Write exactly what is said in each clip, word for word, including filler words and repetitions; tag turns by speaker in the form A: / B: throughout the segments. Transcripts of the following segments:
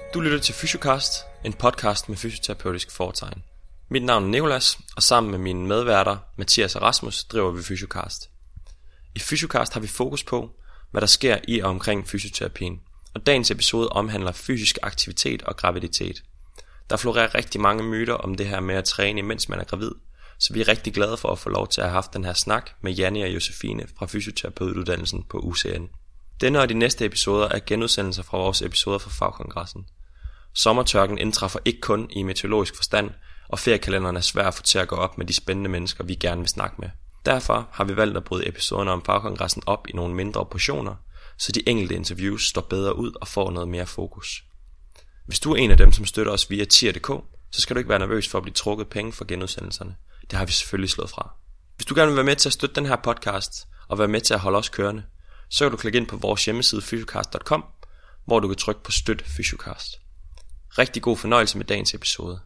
A: Du lytter til Fysiocast, en podcast med fysioterapeutisk fortegn. Mit navn er Nicolas, og sammen med mine medværter Mathias og Rasmus driver vi Fysiocast. I Fysiocast har vi fokus på, hvad der sker i og omkring fysioterapien, og dagens episode omhandler fysisk aktivitet og graviditet. Der florerer rigtig mange myter om det her med at træne, mens man er gravid, så vi er rigtig glade for at få lov til at have haft den her snak med Janni og Josefine fra fysioterapeutuddannelsen på U C N. Denne og de næste episoder er genudsendelser fra vores episoder fra fagkongressen. Sommertørken indtræffer ikke kun i meteorologisk forstand, og feriekalenderen er svær at få til at gå op med de spændende mennesker, vi gerne vil snakke med. Derfor har vi valgt at bryde episoderne om fagkongressen op i nogle mindre portioner, så de enkelte interviews står bedre ud og får noget mere fokus. Hvis du er en af dem, som støtter os via tier punktum d k, så skal du ikke være nervøs for at blive trukket penge for genudsendelserne. Det har vi selvfølgelig slået fra. Hvis du gerne vil være med til at støtte den her podcast og være med til at holde os kørende, så kan du klikke ind på vores hjemmeside fysiocast punktum com, hvor du kan trykke på støt Fysiocast. Rigtig god fornøjelse med dagens episode.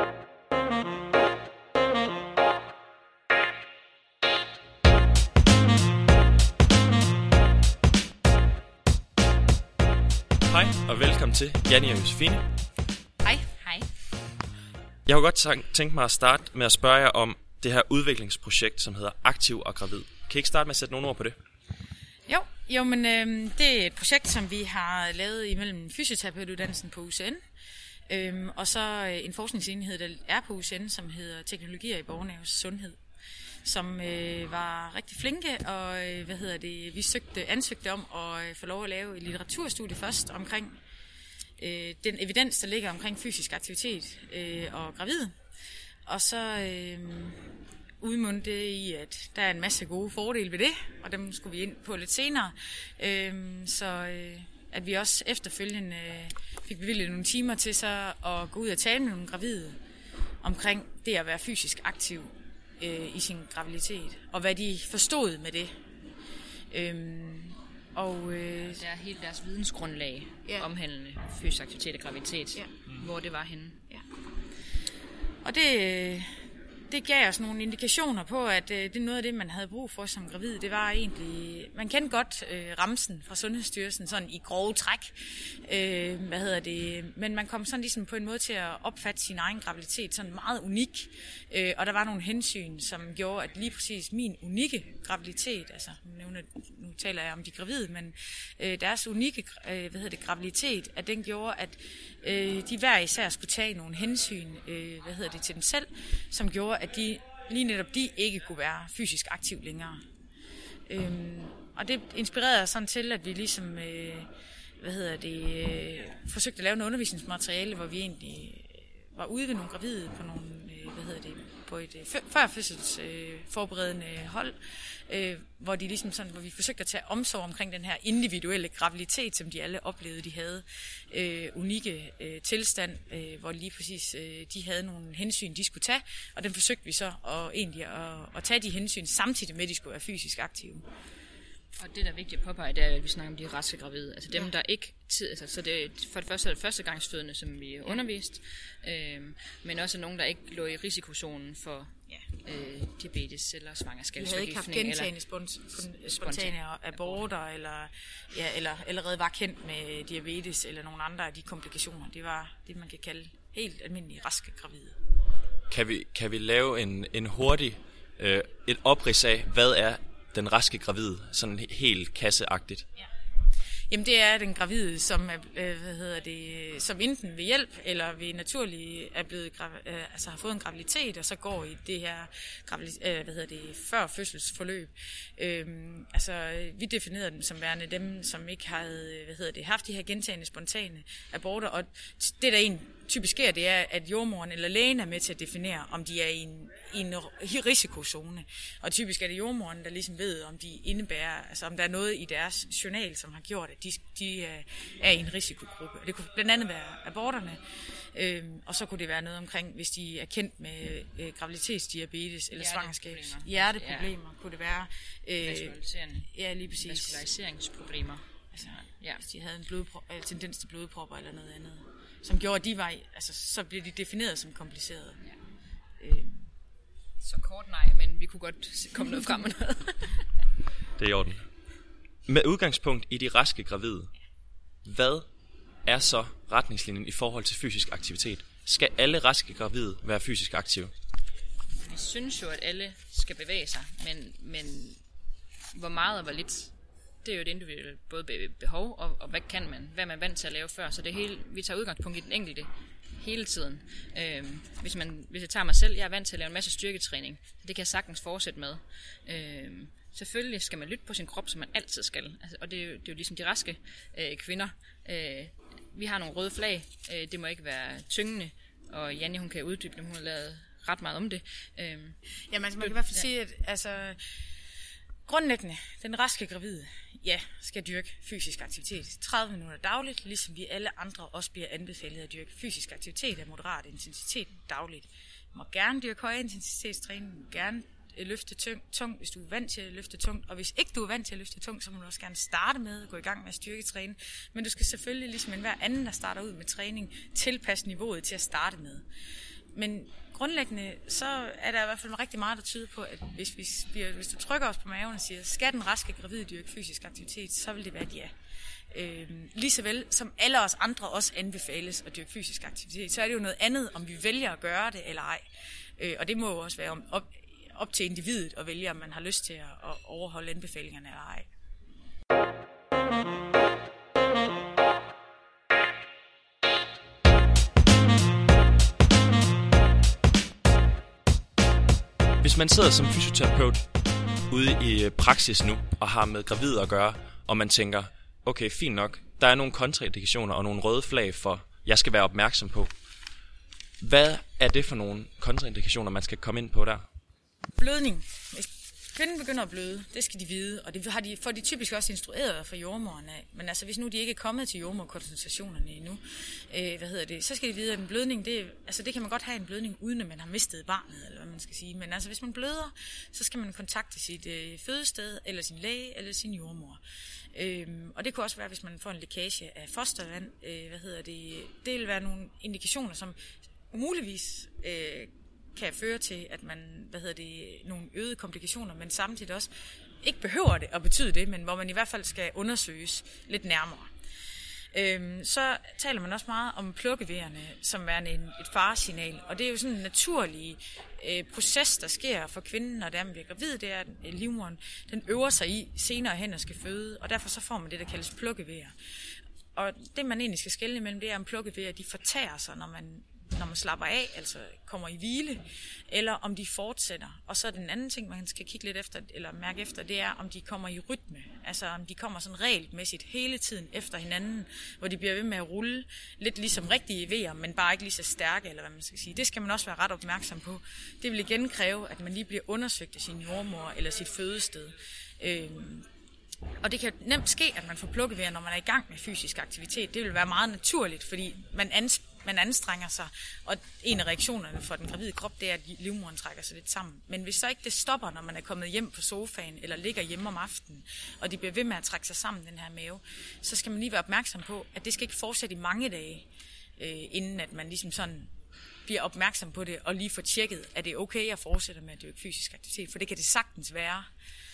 A: Hej og velkommen til Janni og Josefine.
B: Hej. Hej.
A: Jeg kunne godt tænke mig at starte med at spørge jer om det her udviklingsprojekt, som hedder Aktiv og Gravid. Kan I ikke starte med at sætte nogle ord på det?
B: Jo, jo men øh, det er et projekt, som vi har lavet imellem fysioterapeutuddannelsen på U C N, øh, og så en forskningsenhed, der er på U C N, som hedder Teknologier i borgernæres sundhed, som øh, var rigtig flinke, og øh, hvad hedder det, vi søgte, ansøgte om at øh, få lov at lave et litteraturstudie først omkring øh, den evidens, der ligger omkring fysisk aktivitet øh, og gravid, og så øh, udmundte det i, at der er en masse gode fordele ved det, og dem skulle vi ind på lidt senere, øh, så øh, at vi også efterfølgende øh, fik bevilget nogle timer til så at gå ud og tale med nogle gravide omkring det at være fysisk aktiv i sin graviditet, og hvad de forstod med det. Øhm, og øh,
C: det er helt deres vidensgrundlag,
B: ja.
C: Omhandlende fysisk aktivitet og graviditet, ja. Hvor det var henne.
B: Ja. Og det, det gav os nogle indikationer på, at øh, det er noget af det, man havde brug for som gravid. Det var egentlig, man kendte godt øh, ramsen fra Sundhedsstyrelsen, sådan i grove træk, øh, hvad hedder det, men man kom sådan ligesom på en måde til at opfatte sin egen graviditet sådan meget unik, øh, og der var nogle hensyn, som gjorde, at lige præcis min unikke graviditet, altså nu, nu taler jeg om de gravide, men øh, deres unikke øh, hvad hedder det, graviditet, at den gjorde, at øh, de hver især skulle tage nogle hensyn, øh, hvad hedder det, til dem selv, som gjorde, at de lige netop de ikke kunne være fysisk aktiv længere. Øhm, og det inspirerede os sådan til, at vi ligesom, øh, hvad hedder det, øh, forsøgte at lave noget undervisningsmateriale, hvor vi egentlig var ude ved nogle gravide på nogle, øh, hvad hedder det, på et øh, førfødsels øh, forberedende hold, øh, hvor de ligesom sådan, hvor vi forsøgte at tage omsorg omkring den her individuelle graviditet, som de alle oplevede, de havde øh, unikke øh, tilstand, øh, hvor lige præcis øh, de havde nogle hensyn, de skulle tage, og den forsøgte vi så at, egentlig at, at tage de hensyn, samtidig med, at de skulle være fysisk aktive.
C: Og det, der er vigtigt at påpege, det er, at vi snakker om de raske gravide. Altså dem, ja. Der ikke tid, altså, så det er for det første er det førstegangsfødende, som vi har undervist, øh, men også nogen, der ikke lå i risikozonen for ja. øh, diabetes eller svangerskabsforgiftning.
B: Vi havde ikke haft gentagne spontane, spontane aborter, eller, ja, eller allerede var kendt med diabetes eller nogle andre af de komplikationer. Det var det, man kan kalde helt almindelige raske gravide.
A: Kan vi, kan vi lave en, en hurtig, øh, et oprids af, hvad er den raske gravide, sådan helt kasseagtigt?
B: Ja. Jamen det er den gravide, som er, øh, hvad hedder det, som enten ved hjælp eller ved naturlig er blevet øh, altså har fået en graviditet og så går i det her gravid- øh, hvad hedder det, før fødselsforløb. Øhm, altså vi definerede dem som værende dem, som ikke havde, hvad hedder det, haft de her gentagne spontane aborter, og det der egentlig typisk sker, det er, at jordmoren eller lægen er med til at definere, om de er i en, i en risikozone. Og typisk er det jordmoren, der ligesom ved, om de indebærer, altså om der er noget i deres journal, som har gjort, at de, de er i en risikogruppe. Det kunne blandt andet være aborterne, øhm, og så kunne det være noget omkring, hvis de er kendt med øh, graviditetsdiabetes eller svangerskabs. Hjerteproblemer ja. Kunne det være.
C: Øh,
B: ja, lige præcis.
C: Vaskuliseringsproblemer.
B: Altså, ja. Hvis de havde en blodprop, eller tendens til blodpropper eller noget andet, som gjorde, at de var, altså, så blev de defineret som komplicerede. Ja.
C: Øh. Så kort nej, men vi kunne godt komme noget frem med noget.
A: Det er i orden. Med udgangspunkt i de raske gravide, hvad
D: er så retningslinjen i forhold til fysisk aktivitet? Skal alle raske gravide være fysisk aktive?
C: Vi synes jo, at alle skal bevæge sig, men, men hvor meget og hvor lidt, det er jo et individuelt både behov, og, og hvad kan man, hvad er man vant til at lave før, så det hele, vi tager udgangspunkt i den enkelte hele tiden. Øhm, hvis, man, hvis jeg tager mig selv, jeg er vant til at lave en masse styrketræning, det kan jeg sagtens fortsætte med. Øhm, selvfølgelig skal man lytte på sin krop, som man altid skal, altså, og det er, jo, det er jo ligesom de raske øh, kvinder. Øh, vi har nogle røde flag, øh, det må ikke være tyngende, og Janne, hun kan uddybe dem, hun har lavet ret meget om det. Øhm,
B: Jamen, altså, man kan i hvert fald sige, at altså, grundlæggende, den raske gravide, ja, skal dyrke fysisk aktivitet tredive minutter dagligt, ligesom vi alle andre også bliver anbefalet at dyrke fysisk aktivitet af moderat intensitet dagligt. Du må gerne dyrke høj intensitetstræning, du må gerne løfte tungt, tung, hvis du er vant til at løfte tungt, og hvis ikke du er vant til at løfte tungt, så må du også gerne starte med at gå i gang med at styrketræne, men du skal selvfølgelig, ligesom enhver anden, der starter ud med træning, tilpasse niveauet til at starte med. Men grundlæggende, så er der i hvert fald rigtig meget, der tyder på, at hvis, vi, hvis du trykker os på maven og siger, skal den raske gravide dyrke fysisk aktivitet, så vil det være et ja. Øhm, lige så vel som alle os andre også anbefales at dyrke fysisk aktivitet, så er det jo noget andet, om vi vælger at gøre det eller ej. Øh, og det må jo også være om, op, op til individet at vælge, om man har lyst til at, at overholde anbefalingerne eller ej.
D: Hvis man sidder som fysioterapeut ude i praksis nu og har med gravide at gøre, og man tænker, okay, fint nok, der er nogle kontraindikationer og nogle røde flag for, jeg skal være opmærksom på. Hvad er det for nogle kontraindikationer, man skal komme ind på der?
B: Blødning. Hvis kvinden begynder at bløde, det skal de vide, og det har de, får de typisk også instrueret fra jordmoren af. Men altså, hvis nu de ikke er kommet til jordmorkonsultationerne endnu, øh, hvad hedder det, så skal de vide, at en blødning, det, altså, det kan man godt have en blødning, uden at man har mistet barnet, eller hvad man skal sige. Men altså, hvis man bløder, så skal man kontakte sit øh, fødested, eller sin læge, eller sin jordmor. Øhm, og det kunne også være, hvis man får en lækage af fostervand, øh, hvad hedder det, det vil være nogle indikationer, som muligvis øh, kan føre til, at man, hvad hedder det, nogle øgede komplikationer, men samtidig også ikke behøver det at betyde det, men hvor man i hvert fald skal undersøges lidt nærmere. Øhm, så taler man også meget om plukkeveerne, som er en, et faresignal, og det er jo sådan en naturlig øh, proces, der sker for kvinden, når der bliver gravid, det er, at øh, livmoderen, den øver sig i senere hen og skal føde, og derfor så får man det, der kaldes plukkevejer. Og det, man egentlig skal skelne imellem, det er, om plukkevejer, de fortærer sig, når man når man slapper af, altså kommer i hvile, eller om de fortsætter. Og så er den anden ting, man skal kigge lidt efter, eller mærke efter, det er, om de kommer i rytme. Altså om de kommer sådan regelmæssigt hele tiden efter hinanden, hvor de bliver ved med at rulle, lidt ligesom rigtige vejer, men bare ikke lige så stærke, eller hvad man skal sige. Det skal man også være ret opmærksom på. Det vil igen kræve, at man lige bliver undersøgt af sin jordmor, eller sit fødested. Øhm, Og det kan nemt ske, at man får plukkevejer, når man er i gang med fysisk aktivitet. Det vil være meget naturligt, fordi man, ans- man anstrenger sig, og en af reaktionerne for den gravide krop, det er, at livmoderen trækker sig lidt sammen. Men hvis så ikke det stopper, når man er kommet hjem på sofaen, eller ligger hjemme om aftenen, og de bliver ved med at trække sig sammen, den her mave, så skal man lige være opmærksom på, at det skal ikke fortsætte i mange dage, øh, inden at man ligesom sådan bliver opmærksom på det, og lige får tjekket, at det er okay at fortsætte med at dyrke fysisk aktivitet, for det kan det sagtens være.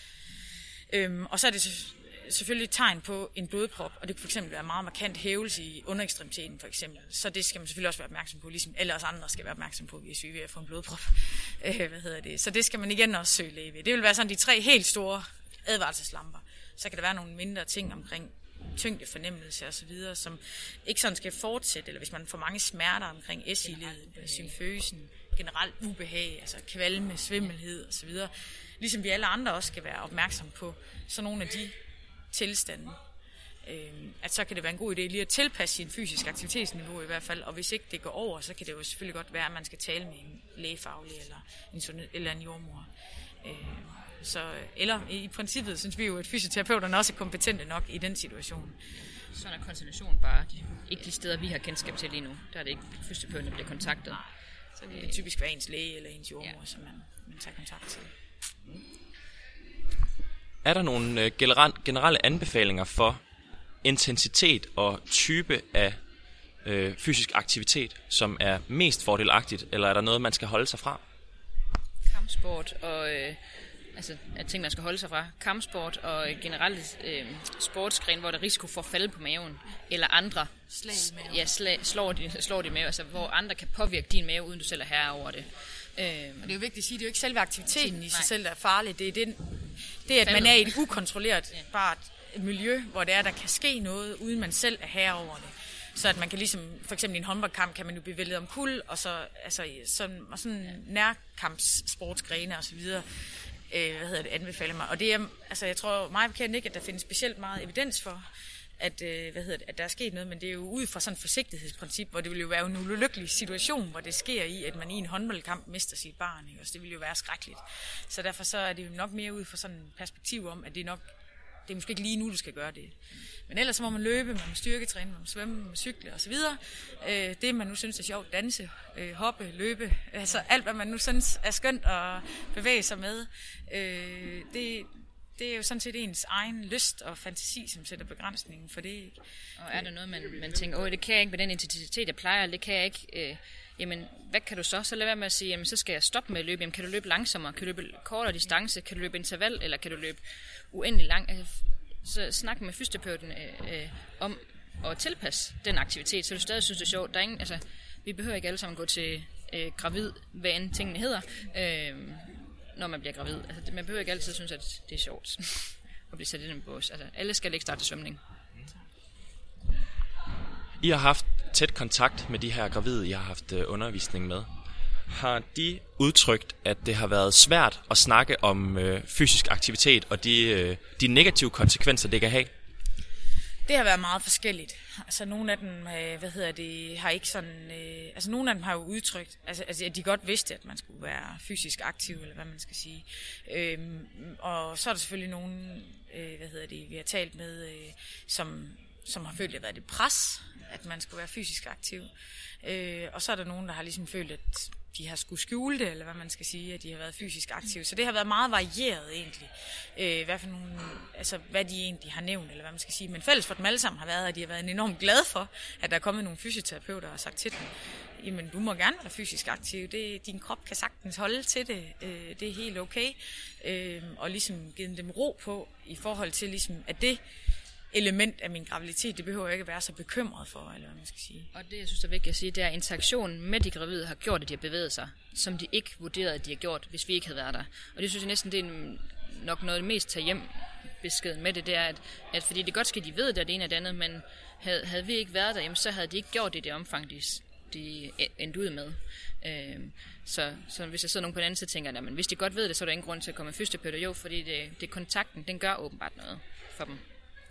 B: Øhm, og så er det selvfølgelig et tegn på en blodprop, og det kan fx være meget markant hævelse i underekstremiteten for eksempel. Så det skal man selvfølgelig også være opmærksom på, ligesom alle os andre skal være opmærksom på, hvis vi er ved at få en blodprop. Øh, hvad hedder det? Så det skal man igen også søge læge ved. Det vil være sådan de tre helt store advarselslamper. Så kan der være nogle mindre ting omkring tyngdefornemmelse og så videre, som ikke sådan skal fortsætte, eller hvis man får mange smerter omkring S I-ledet, symføsen, generelt ubehag, altså kvalme, svimmelhed og så videre. Ligesom vi alle andre også skal være opmærksom på så nogle af de tilstande, øh, at så kan det være en god idé lige at tilpasse sin fysisk aktivitetsniveau i hvert fald, og hvis ikke det går over, så kan det jo selvfølgelig godt være, at man skal tale med en lægefaglig eller en, sundhed, eller en jordmor. Øh, så, eller i princippet synes vi jo, at fysioterapeuterne også er kompetente nok i den situation.
C: Sådan er konsultation bare de, ikke de steder, vi har kendskab til lige nu. Der er det ikke fysioterapeuten, der bliver kontaktet.
B: Nej, så det er typisk være ens læge eller ens jordmor, ja, som man, man tager kontakt til.
D: Er der nogle generelle anbefalinger for intensitet og type af øh, fysisk aktivitet, som er mest fordelagtigt, eller er der noget, man skal holde sig fra?
C: Kampsport og øh, altså, at ting, man skal holde sig fra. Kampsport og generelt øh, sportsgren, hvor der er risiko for at falde på maven, eller andre
B: slag i maven.
C: Ja, slag, slår de, slår de mave, altså, hvor andre kan påvirke din mave, uden du selv er herre over det.
B: Øh, og det er jo vigtigt at sige, det er jo ikke selve aktiviteten i sig
C: nej.
B: selv, der er farligt. Det er, den, det er at man er i et ukontrolleret ja. bare et miljø, hvor det er, der kan ske noget, uden man selv er herre over det. Så at man kan ligesom, for eksempel i en håndboldkamp, kan man jo blive væltet om kul, og så altså, sådan, og sådan ja. nærkampssportsgrene og så videre, øh, hvad hedder det, anbefaler mig. Og det er, altså jeg tror meget bekendt ikke, at der findes specielt meget evidens for, at, øh, hvad hedder det, at der er sket noget, men det er jo ud fra sådan et forsigtighedsprincip, hvor det vil jo være en ulykkelig situation, hvor det sker i, at man i en håndboldkamp mister sit barn, ikke? Så det vil jo være skrækkeligt. Så derfor så er det jo nok mere ud fra sådan et perspektiv om, at det er nok, det er måske ikke lige nu, du skal gøre det. Men ellers så må man løbe, man må styrketræne, man må svømme, man må cykle osv. Øh, det man nu synes er sjovt, danse, øh, hoppe, løbe, altså alt hvad man nu synes er skønt at bevæge sig med, øh, det Det er jo sådan set ens egen lyst og fantasi, som sætter begrænsningen for det. Ikke?
C: Og er der noget, man, man tænker, åh, det kan jeg ikke med den intensitet, jeg plejer, det kan jeg ikke, øh, jamen, hvad kan du så? Så lad være med at sige, jamen, så skal jeg stoppe med at løbe. Jamen, kan du løbe langsommere? Kan du løbe kortere distance? Kan du løbe interval? Eller kan du løbe uendelig lang? Altså, så snak med fysioterapeuten øh, øh, om at tilpasse den aktivitet, så du stadig synes, det er sjovt. Der er ingen, altså, vi behøver ikke alle sammen gå til øh, gravid, hvad end tingene hedder, øh, når man bliver gravid. Altså, man behøver ikke altid synes, at det er sjovt at blive sat i den bås. Altså, alle skal ikke starte svømning.
D: I har haft tæt kontakt med de her gravide, I har haft undervisning med. Har de udtrykt, at det har været svært at snakke om øh, fysisk aktivitet og de, øh, de negative konsekvenser, det kan have?
B: Det har været meget forskelligt. Altså nogle af dem, øh, hvad hedder det, har ikke sådan, øh, altså nogle af dem har jo udtrykt, altså, altså at de godt vidste, at man skulle være fysisk aktiv, eller hvad man skal sige. Øhm, og så er der selvfølgelig nogen, øh, hvad hedder det, vi har talt med, øh, som, som har følt, at det har været et pres, at man skulle være fysisk aktiv. Øh, og så er der nogen, der har ligesom følt, at de har skulle skjule det, eller hvad man skal sige, at de har været fysisk aktive. Så det har været meget varieret egentlig. Øh, hvad, for nogle, altså, hvad de egentlig har nævnt, eller hvad man skal sige. Men fælles for dem alle sammen har været, at de har været enormt glade for, at der er kommet nogle fysioterapeuter og har sagt til dem, jamen du må gerne være fysisk aktiv, det, din krop kan sagtens holde til det, øh, det er helt okay. Øh, og ligesom givet dem ro på, i forhold til ligesom, at det element af min graviditet, det behøver jeg ikke at være så bekymret for, eller hvad man skal sige.
C: Og det, jeg synes er vigtigt at sige, det er, at interaktionen med de gravide har gjort, at de har bevæget sig, som de ikke vurderede, at de har gjort, hvis vi ikke havde været der. Og det synes jeg næsten, det er nok noget af det mest tage hjem beskeden med det, det er, at, at fordi det godt skal, de ved, det er det ene og det andet, men havde, havde vi ikke været der, jamen, så havde de ikke gjort det i det omfang, de, de endte ud med. Øhm, så, så hvis jeg sidder nogen på den anden side, tænker jeg, men hvis de godt ved det, så er der ingen grund til at komme med fysioterapeuter, jo, fordi det, det kontakten, den gør åbenbart noget for dem.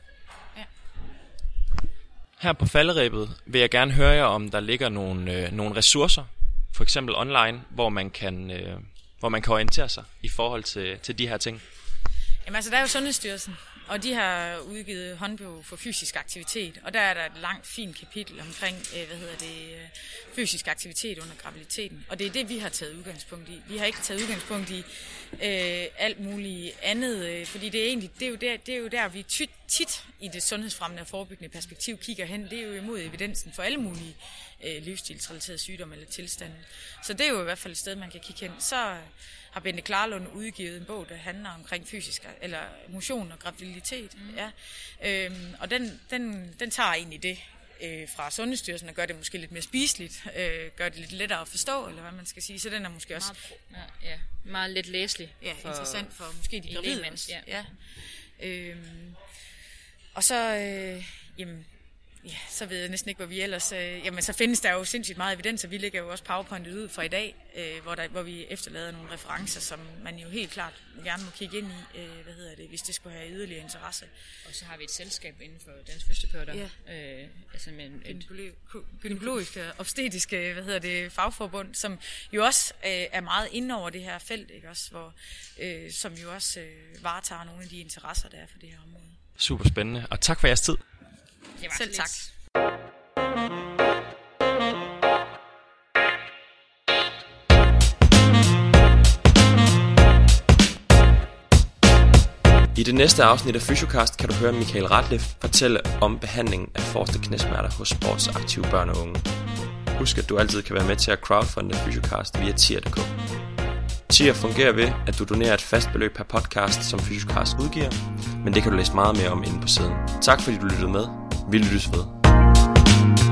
D: Her på falderebet vil jeg gerne høre jer, om der ligger nogle, øh, nogle ressourcer, for eksempel online, hvor man kan, øh, hvor man kan orientere sig i forhold til, til de her ting.
B: Jamen altså, der er jo Sundhedsstyrelsen, og de har udgivet håndbog for fysisk aktivitet, og der er der et langt, fint kapitel omkring, øh, hvad hedder det, øh, fysisk aktivitet under graviditeten. Og det er det, vi har taget udgangspunkt i. Vi har ikke taget udgangspunkt i øh, alt muligt andet, øh, fordi det er egentlig, det er jo der, det er jo der vi tit, tit i det sundhedsfremmende og forebyggende perspektiv kigger hen. Det er jo imod evidensen for alle mulige øh, livsstilsrelaterede sygdomme eller tilstande. Så det er jo i hvert fald et sted, man kan kigge hen. Så har Bente Klarlund udgivet en bog, der handler omkring fysisk, eller motion og graviditet. Mm. Ja. Øhm, og den, den, den tager egentlig det øh, fra Sundhedsstyrelsen og gør det måske lidt mere spiseligt, øh, gør det lidt lettere at forstå, eller hvad man skal sige. Så den er måske også
C: meget, ja, ja, meget let læselig.
B: Ja, for, interessant for måske de gravide.
C: Ja.
B: Ja. Øhm, og så, øh, jamen, ja, så ved jeg næsten ikke, hvor vi ellers... Øh, jamen, så findes der jo sindssygt meget evidens, og vi lægger jo også PowerPointet ud for i dag, øh, hvor, der, hvor vi efterlader nogle referencer, som man jo helt klart gerne må kigge ind i, øh, hvad hedder det, hvis det skulle have yderligere interesse.
C: Og så har vi et selskab inden for Dansk Fysioterapeuter, ja. øh, altså med et
B: gynækologiske og obstetriske, hvad hedder det, fagforbund, som jo også øh, er meget inde over det her felt, ikke også, hvor, øh, som jo også øh, varetager nogle af de interesser, der er for det her område.
D: Super spændende, og tak for jeres tid.
B: Selv tak.
A: I det næste afsnit af Fysiocast kan du høre Michael Ratliff fortælle om behandlingen af forreste knæsmerter hos sportsaktive børn og unge. Husk, at du altid kan være med til at crowdfunde Fysiocast via tier punktum d k. Tier fungerer ved, at du donerer et fast beløb per podcast, som Fysiocast udgiver, men det kan du læse meget mere om inde på siden. Tak fordi du lyttede med. Vi lyttes ved.